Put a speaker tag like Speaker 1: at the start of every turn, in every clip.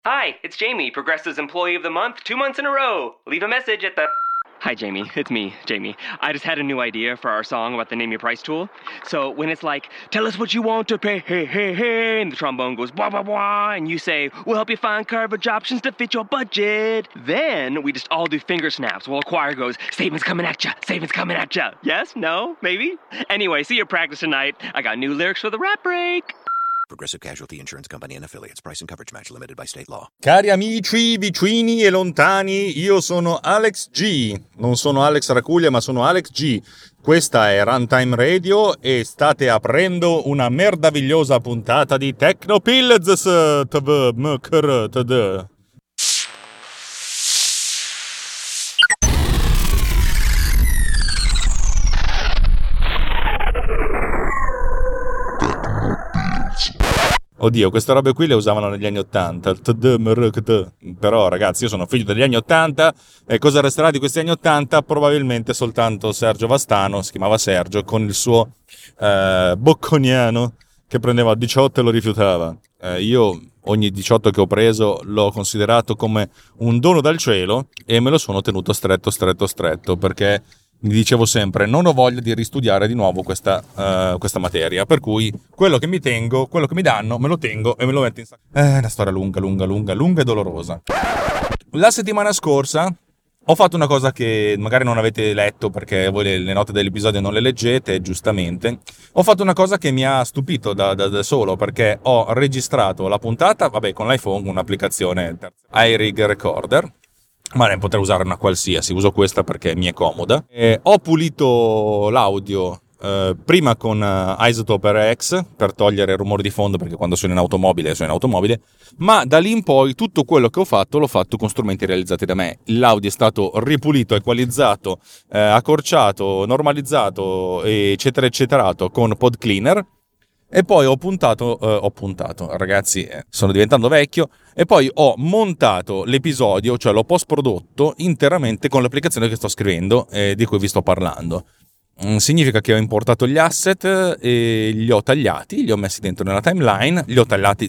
Speaker 1: Hi, it's Jamie, Progressive's Employee of the Month, 2 months in a row. Leave a message at the... Hi, Jamie. It's me, Jamie. I just had a new idea for our song about the Name Your Price tool. So when it's like, tell us what you want to pay, hey, hey, hey, and the trombone goes, blah, blah, blah, and you say, we'll help you find coverage options to fit your budget. Then we just all do finger snaps while a choir goes, savings coming at ya, savings coming at ya. Yes? No? Maybe? Anyway, see you practice tonight. I got new lyrics for the rap break.
Speaker 2: Progressive Casualty Insurance Company and Affiliates. Price and coverage match limited by state law.
Speaker 3: Cari amici vicini e lontani, io sono Alex G. Non sono Alex Racuglia, ma sono Alex G. Questa è Runtime Radio e state aprendo una merdavigliosa puntata di Technopills TV MKRTD. Oddio, queste robe qui le usavano negli anni 80, però ragazzi io sono figlio degli anni 80 e cosa resterà di questi anni 80? Probabilmente soltanto Sergio Vastano, si chiamava Sergio, con il suo bocconiano che prendeva 18 e lo rifiutava. Io ogni 18 che ho preso l'ho considerato come un dono dal cielo e me lo sono tenuto stretto perché mi dicevo sempre non ho voglia di ristudiare di nuovo questa materia, per cui quello che mi tengo, quello che mi danno me lo tengo e me lo metto in sacco. È una storia lunga e dolorosa. La settimana scorsa ho fatto una cosa che magari non avete letto perché voi le note dell'episodio non le leggete, giustamente. Ho fatto una cosa che mi ha stupito da solo, perché ho registrato la puntata, con l'iPhone, un'applicazione iRig Recorder, ma ne potrei usare una qualsiasi, uso questa perché mi è comoda. Ho pulito l'audio prima con Isotope RX per togliere il rumore di fondo, perché quando sono in automobile, ma da lì in poi tutto quello che ho fatto l'ho fatto con strumenti realizzati da me. L'audio è stato ripulito, equalizzato, accorciato, normalizzato, eccetera, con Pod Cleaner. E poi ho puntato, ragazzi, sono diventando vecchio, e poi ho montato l'episodio, cioè l'ho post-prodotto interamente con l'applicazione che sto scrivendo e di cui vi sto parlando. Significa che ho importato gli asset e li ho tagliati, li ho messi dentro nella timeline, li ho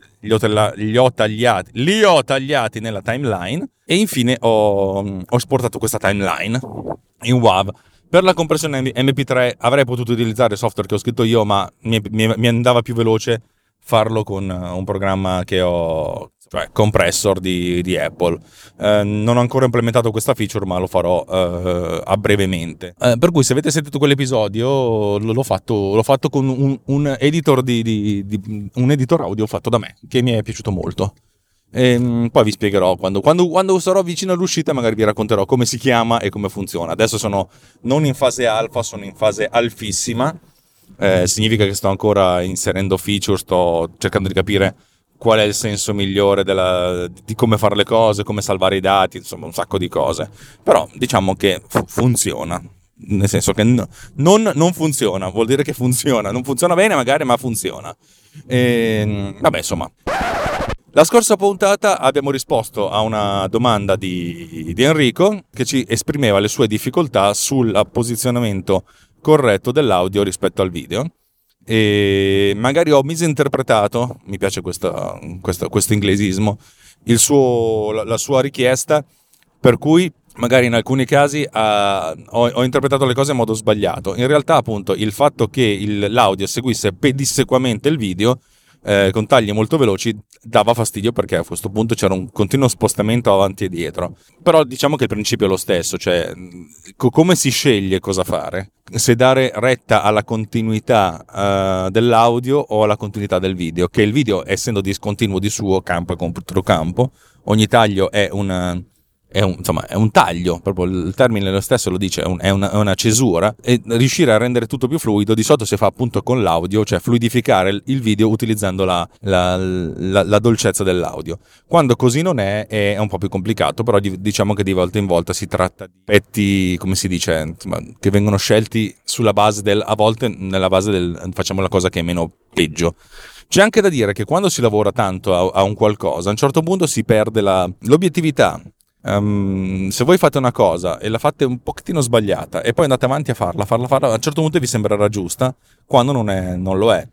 Speaker 3: tagliati nella timeline e infine ho esportato questa timeline in WAV. Per la compressione MP3 avrei potuto utilizzare il software che ho scritto io, ma mi andava più veloce farlo con un programma che ho, cioè Compressor di Apple. Non ho ancora implementato questa feature, ma lo farò a brevemente. Per cui se avete sentito quell'episodio l'ho fatto con un editor un editor audio fatto da me, che mi è piaciuto molto. E poi vi spiegherò quando sarò vicino all'uscita, magari vi racconterò come si chiama e come funziona. Adesso sono non in fase alfa, sono in fase alfissima. Significa che sto ancora inserendo feature, sto cercando di capire qual è il senso migliore di come fare le cose, come salvare i dati, insomma un sacco di cose. Però diciamo che funziona, nel senso che non funziona, vuol dire che funziona, non funziona bene magari, ma funziona. Insomma, la scorsa puntata abbiamo risposto a una domanda di Enrico che ci esprimeva le sue difficoltà sul posizionamento corretto dell'audio rispetto al video, e magari ho misinterpretato, mi piace questo inglesismo, la sua richiesta, per cui magari in alcuni casi ho interpretato le cose in modo sbagliato. In realtà appunto il fatto che l'audio seguisse pedissequamente il video con tagli molto veloci dava fastidio, perché a questo punto c'era un continuo spostamento avanti e dietro. Però diciamo che il principio è lo stesso, cioè come si sceglie cosa fare, se dare retta alla continuità dell'audio o alla continuità del video, che il video, essendo discontinuo di suo, campo e controcampo, ogni taglio è un taglio, proprio il termine lo stesso lo dice, è una cesura, e riuscire a rendere tutto più fluido di solito si fa appunto con l'audio, cioè fluidificare il video utilizzando la dolcezza dell'audio. Quando così non è un po' più complicato, però diciamo che di volta in volta si tratta di petti, come si dice, insomma, che vengono scelti sulla base a volte nella base facciamo la cosa che è meno peggio. C'è anche da dire che quando si lavora tanto a un qualcosa, a un certo punto si perde l'obiettività. Se voi fate una cosa e la fate un pochettino sbagliata e poi andate avanti a farla, a un certo punto vi sembrerà giusta quando non lo è.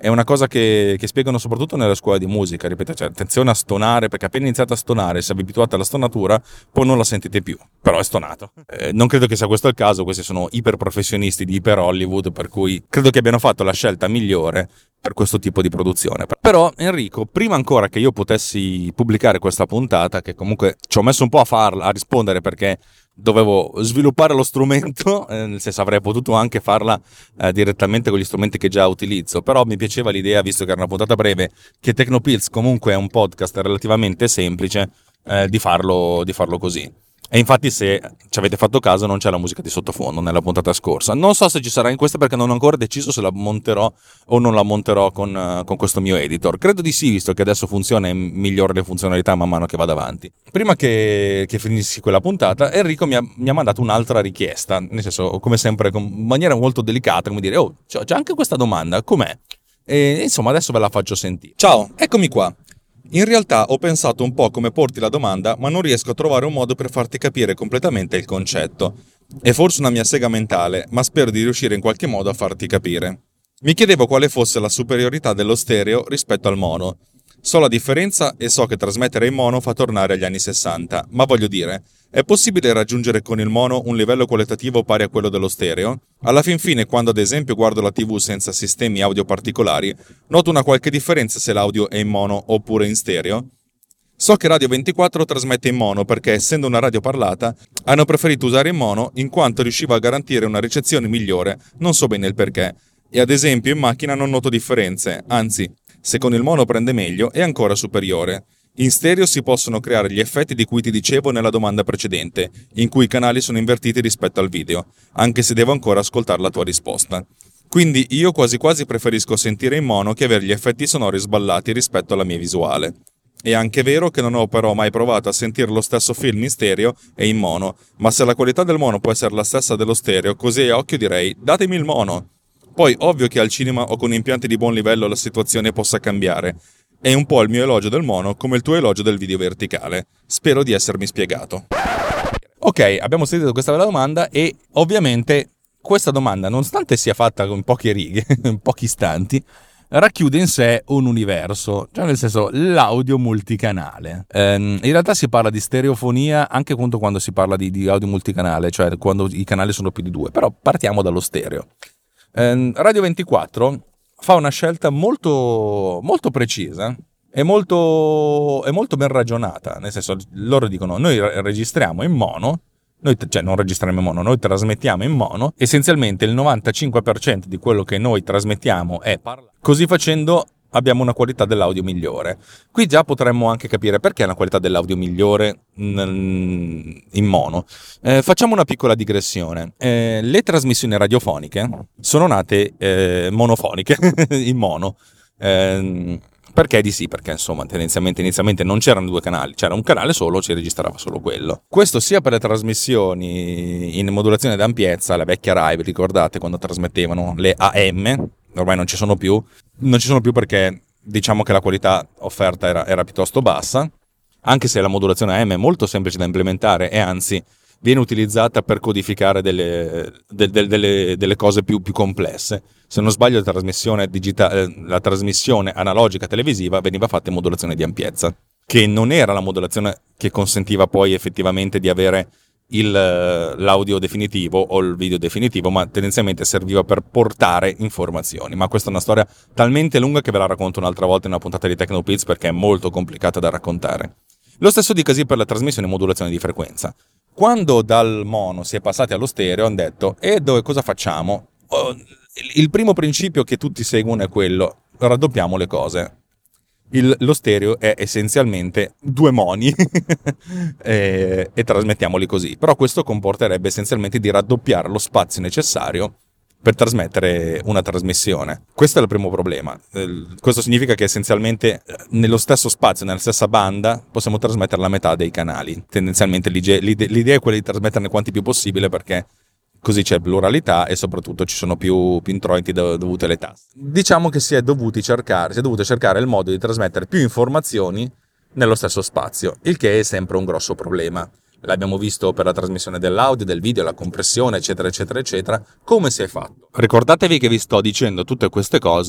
Speaker 3: È una cosa che spiegano soprattutto nelle scuole di musica, ripeto, cioè attenzione a stonare, perché appena iniziate a stonare, se vi abituate alla stonatura, poi non la sentite più, però è stonato. Non credo che sia questo il caso, questi sono iper professionisti di iper Hollywood, per cui credo che abbiano fatto la scelta migliore per questo tipo di produzione. Però Enrico, prima ancora che io potessi pubblicare questa puntata, che comunque ci ho messo un po' a rispondere perché dovevo sviluppare lo strumento, nel senso avrei potuto anche farla direttamente con gli strumenti che già utilizzo, però mi piaceva l'idea, visto che era una puntata breve, che Tecnopills comunque è un podcast relativamente semplice, di farlo così. E infatti, se ci avete fatto caso, non c'è la musica di sottofondo nella puntata scorsa. Non so se ci sarà in questa, perché non ho ancora deciso se la monterò o non la monterò con questo mio editor. Credo di sì, visto che adesso funziona e migliora le funzionalità man mano che vado avanti. Prima che finissi quella puntata, Enrico mi ha mandato un'altra richiesta, nel senso, come sempre, in maniera molto delicata, come dire: oh, c'è anche questa domanda, com'è? E insomma, adesso ve la faccio sentire. Ciao, eccomi qua. In realtà ho pensato un po' come porti la domanda, ma non riesco a trovare un modo per farti capire completamente il concetto. È forse una mia sega mentale, ma spero di riuscire in qualche modo a farti capire. Mi chiedevo quale fosse la superiorità dello stereo rispetto al mono. So la differenza e so che trasmettere in mono fa tornare agli anni 60, ma voglio dire, è possibile raggiungere con il mono un livello qualitativo pari a quello dello stereo? Alla fin fine, quando ad esempio guardo la TV senza sistemi audio particolari, noto una qualche differenza se l'audio è in mono oppure in stereo? So che Radio 24 trasmette in mono perché, essendo una radio parlata, hanno preferito usare in mono in quanto riusciva a garantire una ricezione migliore, non so bene il perché, e ad esempio in macchina non noto differenze, anzi, se con il mono prende meglio è ancora superiore. In stereo si possono creare gli effetti di cui ti dicevo nella domanda precedente, in cui i canali sono invertiti rispetto al video, anche se devo ancora ascoltare la tua risposta. Quindi io quasi quasi preferisco sentire in mono che avere gli effetti sonori sballati rispetto alla mia visuale. È anche vero che non ho però mai provato a sentire lo stesso film in stereo e in mono, ma se la qualità del mono può essere la stessa dello stereo, così a occhio direi datemi il mono. Poi ovvio che al cinema o con impianti di buon livello la situazione possa cambiare. È un po' il mio elogio del mono come il tuo elogio del video verticale. Spero di essermi spiegato. Ok, abbiamo sentito questa bella domanda e ovviamente questa domanda, nonostante sia fatta con poche righe, in pochi istanti, racchiude in sé un universo, cioè nel senso l'audio multicanale. In realtà si parla di stereofonia anche quando si parla di audio multicanale, cioè quando i canali sono più di due, però partiamo dallo stereo. Radio 24 fa una scelta molto, molto precisa e molto ben ragionata, nel senso, loro dicono: noi registriamo in mono, non registriamo in mono, noi trasmettiamo in mono, essenzialmente il 95% di quello che noi trasmettiamo è parlato. Così facendo abbiamo una qualità dell'audio migliore. Qui già potremmo anche capire perché è una qualità dell'audio migliore in mono. Facciamo una piccola digressione. Le trasmissioni radiofoniche sono nate monofoniche, in mono. Perché di sì? Perché insomma inizialmente non c'erano due canali, c'era un canale solo, ci registrava solo quello. Questo sia per le trasmissioni in modulazione d'ampiezza, la vecchia Rai, vi ricordate quando trasmettevano le AM? Ormai non ci sono più perché diciamo che la qualità offerta era piuttosto bassa, anche se la modulazione AM è molto semplice da implementare e anzi viene utilizzata per codificare delle cose più complesse. Se non sbaglio la trasmissione analogica televisiva veniva fatta in modulazione di ampiezza, che non era la modulazione che consentiva poi effettivamente di avere l'audio definitivo o il video definitivo, ma tendenzialmente serviva per portare informazioni. Ma questa è una storia talmente lunga che ve la racconto un'altra volta in una puntata di Tecnopills, perché è molto complicata da raccontare. Lo stesso dicasi per la trasmissione e modulazione di frequenza. Quando dal mono si è passati allo stereo hanno detto: cosa facciamo? Il primo principio che tutti seguono è quello: raddoppiamo le cose. Lo stereo è essenzialmente due moni e trasmettiamoli così. Però questo comporterebbe essenzialmente di raddoppiare lo spazio necessario per trasmettere una trasmissione. Questo è il primo problema. Questo significa che essenzialmente nello stesso spazio, nella stessa banda, possiamo trasmettere la metà dei canali. Tendenzialmente l'idea è quella di trasmetterne quanti più possibile, perché così c'è pluralità e soprattutto ci sono più introiti dovuti alle taste. Diciamo che si è dovuto cercare il modo di trasmettere più informazioni nello stesso spazio, il che è sempre un grosso problema. L'abbiamo visto per la trasmissione dell'audio, del video, la compressione, eccetera, eccetera, eccetera. Come si è fatto? Ricordatevi che vi sto dicendo tutte queste cose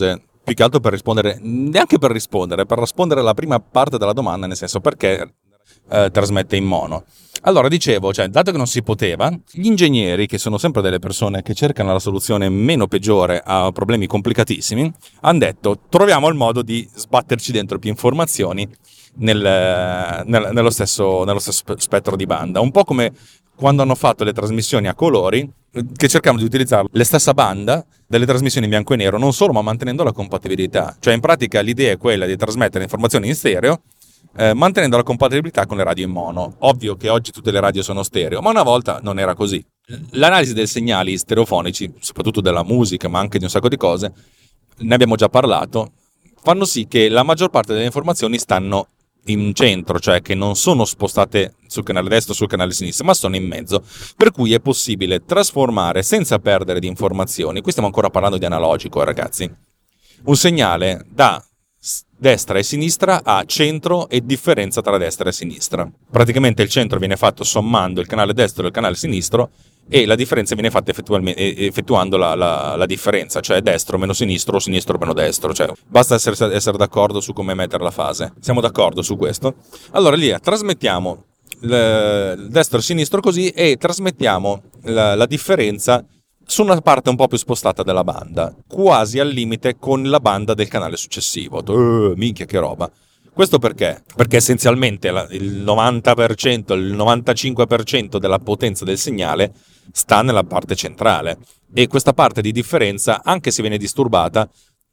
Speaker 3: più che altro per rispondere, neanche per rispondere alla prima parte della domanda, nel senso perché trasmette in mono. Allora dicevo, cioè, dato che non si poteva, gli ingegneri, che sono sempre delle persone che cercano la soluzione meno peggiore a problemi complicatissimi, hanno detto troviamo il modo di sbatterci dentro più informazioni nello stesso spettro di banda, un po' come quando hanno fatto le trasmissioni a colori, che cercavano di utilizzare la stessa banda delle trasmissioni in bianco e nero, non solo ma mantenendo la compatibilità. Cioè in pratica l'idea è quella di trasmettere informazioni in stereo, mantenendo la compatibilità con le radio in mono. Ovvio che oggi tutte le radio sono stereo, ma una volta non era così. L'analisi dei segnali stereofonici, soprattutto della musica, ma anche di un sacco di cose, ne abbiamo già parlato, fanno sì che la maggior parte delle informazioni stanno in centro, cioè che non sono spostate sul canale destro o sul canale sinistro, ma sono in mezzo, per cui è possibile trasformare senza perdere di informazioni. Qui stiamo ancora parlando di analogico, ragazzi. Un segnale da destra e sinistra a centro e differenza tra destra e sinistra. Praticamente il centro viene fatto sommando il canale destro e il canale sinistro, e la differenza viene fatta effettuando la differenza, cioè destro meno sinistro o sinistro meno destro. Cioè, basta essere d'accordo su come mettere la fase. Siamo d'accordo su questo? Allora lì trasmettiamo il destro e sinistro così, e trasmettiamo la differenza su una parte un po' più spostata della banda, quasi al limite con la banda del canale successivo. Minchia che roba. Questo perché? Perché essenzialmente il 90%, il 95% della potenza del segnale sta nella parte centrale, e questa parte di differenza, anche se viene disturbata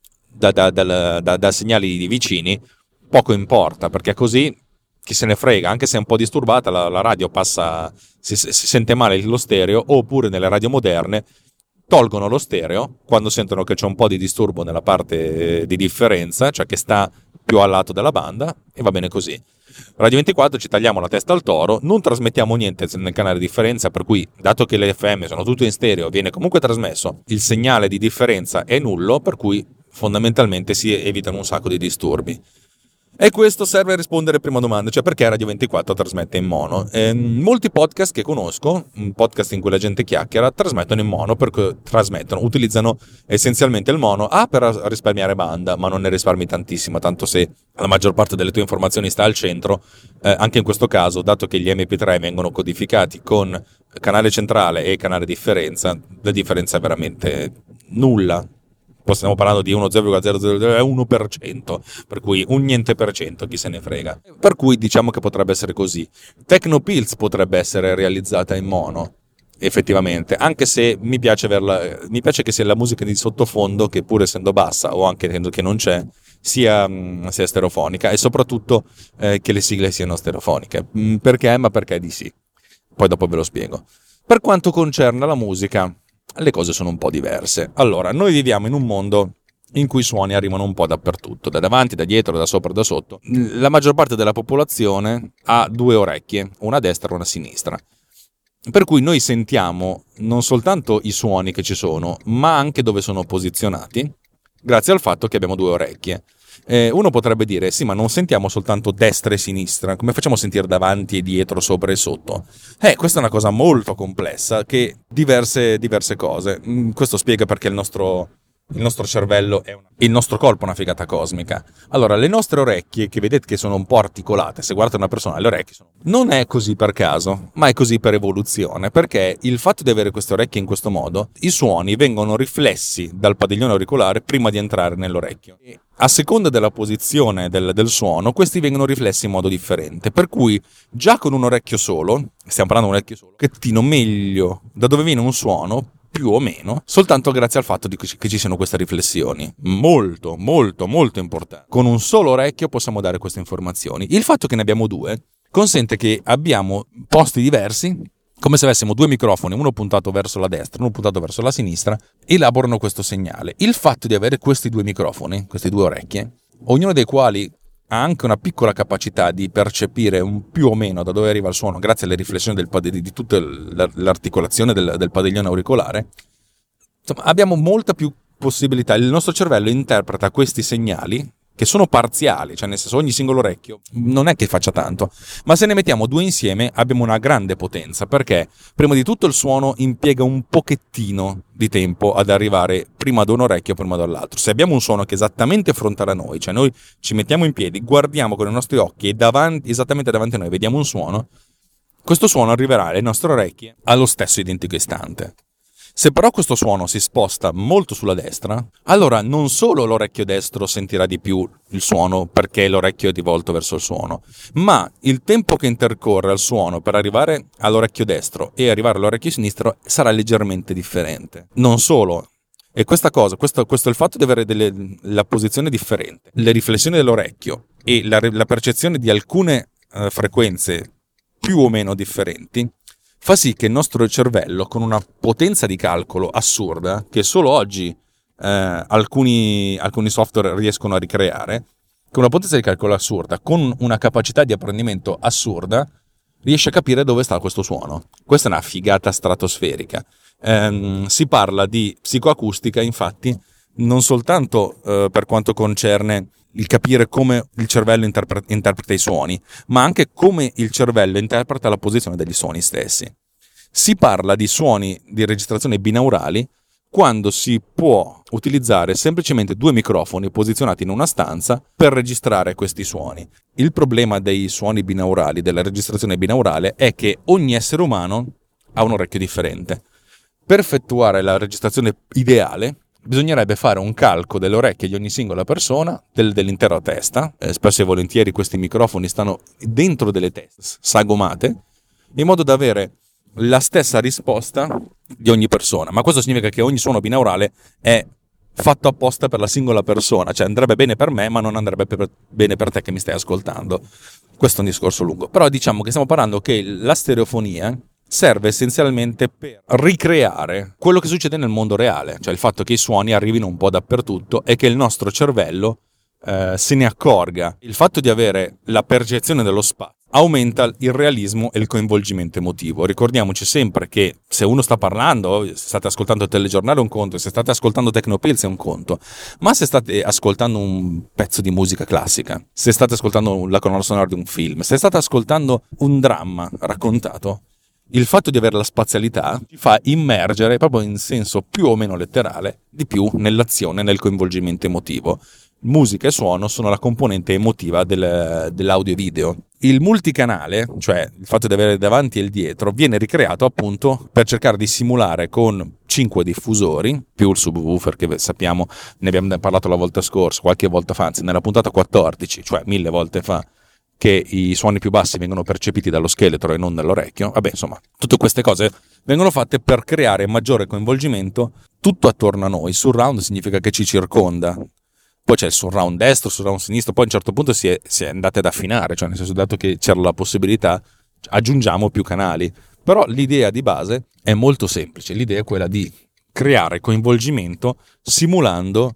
Speaker 3: da segnali di vicini, poco importa, perché così chi se ne frega, anche se è un po' disturbata la radio passa, si sente male lo stereo, oppure nelle radio moderne tolgono lo stereo quando sentono che c'è un po' di disturbo nella parte di differenza, cioè che sta più al lato della banda, e va bene così. Radio 24 ci tagliamo la testa al toro, non trasmettiamo niente nel canale di differenza, per cui, dato che le FM sono tutte in stereo, viene comunque trasmesso, il segnale di differenza è nullo, per cui fondamentalmente si evitano un sacco di disturbi. E questo serve a rispondere alla prima domanda, cioè perché Radio 24 trasmette in mono. Molti podcast che conosco, un podcast in cui la gente chiacchiera, trasmettono in mono, perché utilizzano essenzialmente il mono per risparmiare banda, ma non ne risparmi tantissima, tanto se la maggior parte delle tue informazioni sta al centro. Anche in questo caso, dato che gli MP3 vengono codificati con canale centrale e canale differenza, la differenza è veramente nulla. Stiamo parlando di 1,001%, per cui un niente per cento, chi se ne frega. Per cui diciamo che potrebbe essere così. Technopills potrebbe essere realizzata in mono, effettivamente, anche se mi piace che sia la musica di sottofondo, che pur essendo bassa, o anche che non c'è, sia stereofonica, e soprattutto che le sigle siano stereofoniche. Perché? Ma perché di sì. Poi dopo ve lo spiego. Per quanto concerne la musica, le cose sono un po' diverse. Allora, noi viviamo in un mondo in cui i suoni arrivano un po' dappertutto, da davanti, da dietro, da sopra, da sotto. La maggior parte della popolazione ha due orecchie, una a destra e una a sinistra. Per cui noi sentiamo non soltanto i suoni che ci sono, ma anche dove sono posizionati, grazie al fatto che abbiamo due orecchie. Uno potrebbe dire, sì, ma non sentiamo soltanto destra e sinistra, come facciamo a sentire davanti e dietro, sopra e sotto? Questa è una cosa molto complessa, che diverse cose. Questo spiega perché il nostro cervello il nostro corpo è una figata cosmica. Allora, le nostre orecchie, che vedete che sono un po' articolate, se guardate una persona, le orecchie non è così per caso, ma è così per evoluzione, perché il fatto di avere queste orecchie in questo modo, i suoni vengono riflessi dal padiglione auricolare prima di entrare nell'orecchio. A seconda della posizione del suono, questi vengono riflessi in modo differente, per cui già con un orecchio solo, stiamo parlando di un orecchio solo, cattino meglio da dove viene un suono, più o meno, soltanto grazie al fatto che ci siano queste riflessioni. Molto, molto, molto importante. Con un solo orecchio possiamo dare queste informazioni. Il fatto che ne abbiamo due consente che abbiamo posti diversi, come se avessimo due microfoni, uno puntato verso la destra, uno puntato verso la sinistra, elaborano questo segnale. Il fatto di avere questi due microfoni, queste due orecchie, ognuno dei quali ha anche una piccola capacità di percepire un più o meno da dove arriva il suono, grazie alle riflessioni di tutta l'articolazione del padiglione auricolare. Insomma, abbiamo molta più possibilità. Il nostro cervello interpreta questi segnali, che sono parziali, cioè nel senso ogni singolo orecchio non è che faccia tanto, ma se ne mettiamo due insieme abbiamo una grande potenza, perché prima di tutto il suono impiega un pochettino di tempo ad arrivare prima ad un orecchio prima dall'altro. Se abbiamo un suono che è esattamente fronte a noi, cioè noi ci mettiamo in piedi, guardiamo con i nostri occhi e esattamente davanti a noi vediamo un suono, questo suono arriverà alle nostre orecchie allo stesso identico istante. Se però questo suono si sposta molto sulla destra, allora non solo l'orecchio destro sentirà di più il suono perché l'orecchio è rivolto verso il suono, ma il tempo che intercorre al suono per arrivare all'orecchio destro e arrivare all'orecchio sinistro sarà leggermente differente. Non solo, e questo è il fatto di avere la posizione differente, le riflessioni dell'orecchio e la percezione di alcune frequenze più o meno differenti, fa sì che il nostro cervello, con una potenza di calcolo assurda, che solo oggi alcuni software riescono a ricreare, con una potenza di calcolo assurda, con una capacità di apprendimento assurda, riesce a capire dove sta questo suono. Questa è una figata stratosferica. Si parla di psicoacustica, infatti, non soltanto per quanto concerne il capire come il cervello interpreta i suoni, ma anche come il cervello interpreta la posizione degli suoni stessi. Si parla di suoni di registrazione binaurali quando si può utilizzare semplicemente due microfoni posizionati in una stanza per registrare questi suoni. Il problema dei suoni binaurali, della registrazione binaurale, è che ogni essere umano ha un orecchio differente. Per effettuare la registrazione ideale bisognerebbe fare un calco delle orecchie di ogni singola persona, dell'intera testa. Spesso e volentieri questi microfoni stanno dentro delle teste sagomate, in modo da avere la stessa risposta di ogni persona. Ma questo significa che ogni suono binaurale è fatto apposta per la singola persona, cioè andrebbe bene per me ma non andrebbe bene per te che mi stai ascoltando. Questo è un discorso lungo, però diciamo che stiamo parlando che la stereofonia serve essenzialmente per ricreare quello che succede nel mondo reale, cioè il fatto che i suoni arrivino un po' dappertutto e che il nostro cervello se ne accorga. Il fatto di avere la percezione dello spazio aumenta il realismo e il coinvolgimento emotivo. Ricordiamoci sempre che se uno sta parlando, se state ascoltando il telegiornale è un conto, se state ascoltando Tecnopills è un conto, ma se state ascoltando un pezzo di musica classica, se state ascoltando la colonna sonora di un film, se state ascoltando un dramma raccontato, il fatto di avere la spazialità ti fa immergere proprio in senso più o meno letterale di più nell'azione, nel coinvolgimento emotivo. Musica e suono sono la componente emotiva dell'audio video. Il multicanale, cioè il fatto di avere davanti e il dietro, viene ricreato appunto per cercare di simulare con 5 diffusori, più il subwoofer che sappiamo, ne abbiamo parlato la volta scorsa, qualche volta fa, anzi nella puntata 14, cioè 1000 volte fa, che i suoni più bassi vengono percepiti dallo scheletro e non dall'orecchio. Vabbè, insomma, tutte queste cose vengono fatte per creare maggiore coinvolgimento tutto attorno a noi. Surround significa che ci circonda. Poi c'è il surround destro, il surround sinistro, poi a un certo punto si è andati ad affinare, cioè nel senso, dato che c'era la possibilità, aggiungiamo più canali. Però l'idea di base è molto semplice, l'idea è quella di creare coinvolgimento simulando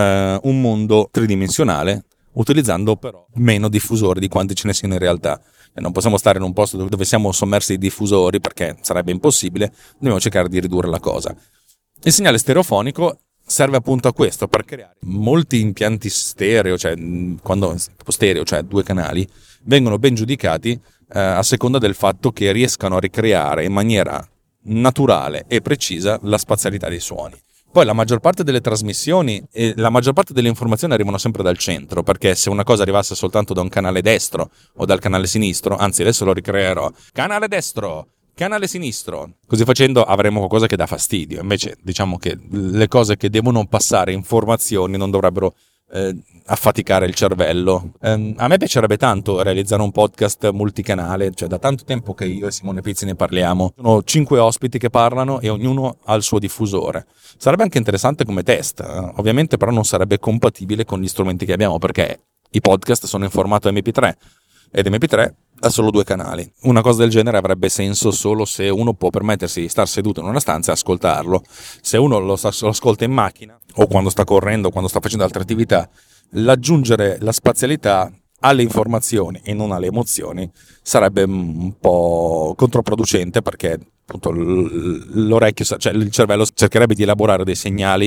Speaker 3: un mondo tridimensionale, utilizzando però meno diffusori di quanti ce ne siano in realtà. E non possiamo stare in un posto dove siamo sommersi di diffusori perché sarebbe impossibile, dobbiamo cercare di ridurre la cosa. Il segnale stereofonico serve appunto a questo, per creare molti impianti stereo, cioè quando stereo, cioè due canali, vengono ben giudicati a seconda del fatto che riescano a ricreare in maniera naturale e precisa la spazialità dei suoni. Poi la maggior parte delle trasmissioni e la maggior parte delle informazioni arrivano sempre dal centro, perché se una cosa arrivasse soltanto da un canale destro o dal canale sinistro, anzi adesso lo ricreerò, canale destro, canale sinistro, così facendo avremo qualcosa che dà fastidio. Invece diciamo che le cose che devono passare informazioni non dovrebbero affaticare il cervello. A me piacerebbe tanto realizzare un podcast multicanale, cioè da tanto tempo che io e Simone Pizzi ne parliamo. Sono 5 ospiti che parlano e ognuno ha il suo diffusore. Sarebbe anche interessante come test, ovviamente però non sarebbe compatibile con gli strumenti che abbiamo, perché i podcast sono in formato MP3 ed MP3 ha solo 2 canali. Una cosa del genere avrebbe senso solo se uno può permettersi di star seduto in una stanza e ascoltarlo. Se uno lo ascolta in macchina o quando sta correndo, quando sta facendo altre attività, l'aggiungere la spazialità alle informazioni e non alle emozioni sarebbe un po' controproducente, perché appunto l'orecchio, cioè il cervello cercherebbe di elaborare dei segnali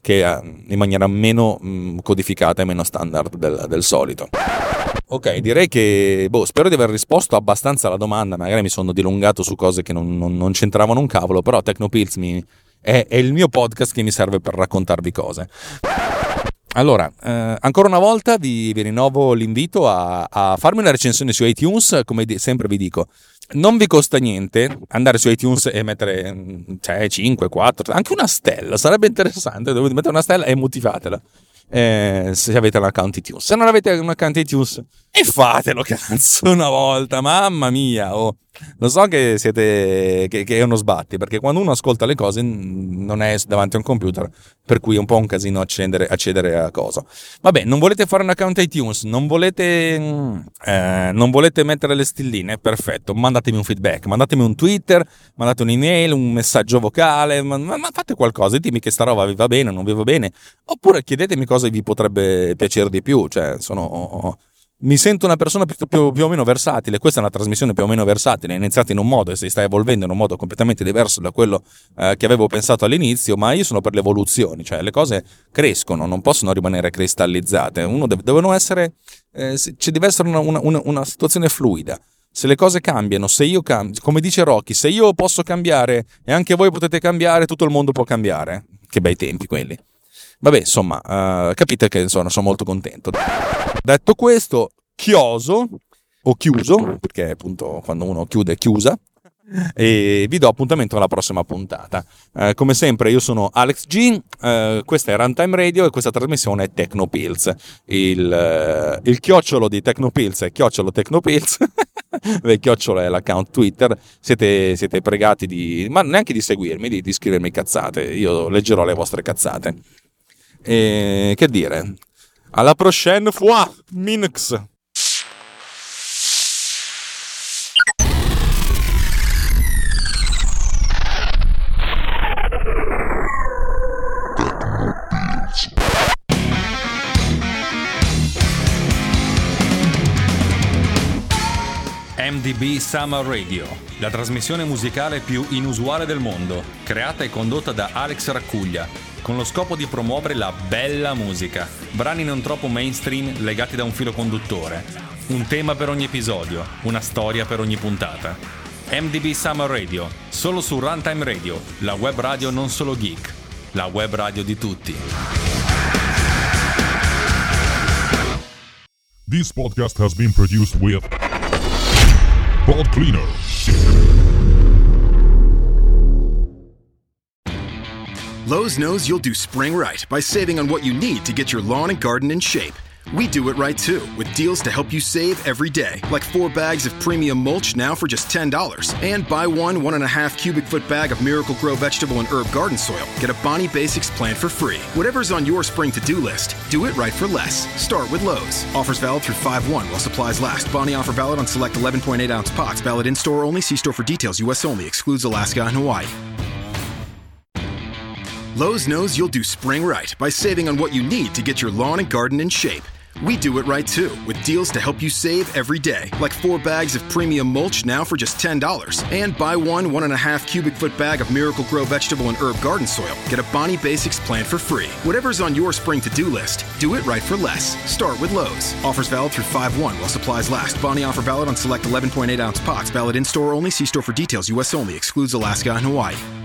Speaker 3: che in maniera meno codificata e meno standard del solito. Ok, direi che spero di aver risposto abbastanza alla domanda, magari mi sono dilungato su cose che non c'entravano un cavolo, però Tecnopills è il mio podcast che mi serve per raccontarvi cose. Allora, ancora una volta vi rinnovo l'invito a farmi una recensione su iTunes. Come sempre vi dico, non vi costa niente andare su iTunes e mettere 5, 4, anche una stella, sarebbe interessante. Dovete mettere una stella e motivatela se avete un account iTunes. Se non avete un account iTunes, e fatelo, cazzo, una volta, mamma mia. Lo so che siete che è uno sbatti, perché quando uno ascolta le cose non è davanti a un computer, per cui è un po' un casino accedere a cosa. Vabbè, non volete fare un account iTunes, non volete mettere le stelline, perfetto, mandatemi un feedback, mandatemi un Twitter, mandate un'email, un messaggio vocale, ma fate qualcosa, ditemi che sta roba vi va bene, non vi va bene, oppure chiedetemi cosa vi potrebbe piacere di più. Mi sento una persona più o meno versatile. Questa è una trasmissione più o meno versatile, è iniziata in un modo e si sta evolvendo in un modo completamente diverso da quello che avevo pensato all'inizio, ma io sono per le evoluzioni, cioè le cose crescono, non possono rimanere cristallizzate, devono essere ci deve essere una situazione fluida. Se le cose cambiano, se io cambio, come dice Rocky, se io posso cambiare e anche voi potete cambiare, tutto il mondo può cambiare. Che bei tempi quelli. Vabbè, insomma, capite che sono molto contento. Detto questo, chiuso, perché appunto quando uno chiude è chiusa, e vi do appuntamento alla prossima puntata. Come sempre io sono Alex G, questa è Runtime Radio e questa trasmissione è Tecnopills. Il chiocciolo di Tecnopills è chiocciolo Tecnopills. Il chiocciolo è l'account Twitter. Siete pregati ma neanche di seguirmi, di scrivermi cazzate, io leggerò le vostre cazzate. E che dire, alla prochaine fois, Minx.
Speaker 4: MDB Summer Radio, la trasmissione musicale più inusuale del mondo, creata e condotta da Alex Raccuglia, con lo scopo di promuovere la bella musica, brani non troppo mainstream legati da un filo conduttore, un tema per ogni episodio, una storia per ogni puntata. MDB Summer Radio, solo su Runtime Radio, la web radio non solo geek, la web radio di tutti.
Speaker 5: This podcast has been produced with Pod Cleaner.
Speaker 6: Lowe's knows you'll do spring right by saving on what you need to get your lawn and garden in shape. We do it right too, with deals to help you save every day, like 4 bags of premium mulch now for just $10. And buy 1.5 cubic foot bag of Miracle-Gro vegetable and herb garden soil. Get a Bonnie Basics plant for free. Whatever's on your spring to-do list, do it right for less. Start with Lowe's. Offers valid through 5/1 while supplies last. Bonnie offer valid on select 11.8-ounce pots. Valid in-store only. See store for details. U.S. only. Excludes Alaska and Hawaii. Lowe's knows you'll do spring right by saving on what you need to get your lawn and garden in shape. We do it right too, with deals to help you save every day, like 4 bags of premium mulch now for just $10. And buy 1.5 cubic foot bag of Miracle-Gro vegetable and herb garden soil. Get a Bonnie Basics plant for free. Whatever's on your spring to-do list, do it right for less. Start with Lowe's. Offers valid through 5/1 while supplies last. Bonnie offer valid on select 11.8-ounce pots. Valid in-store only. See store for details. U.S. only. Excludes Alaska and Hawaii.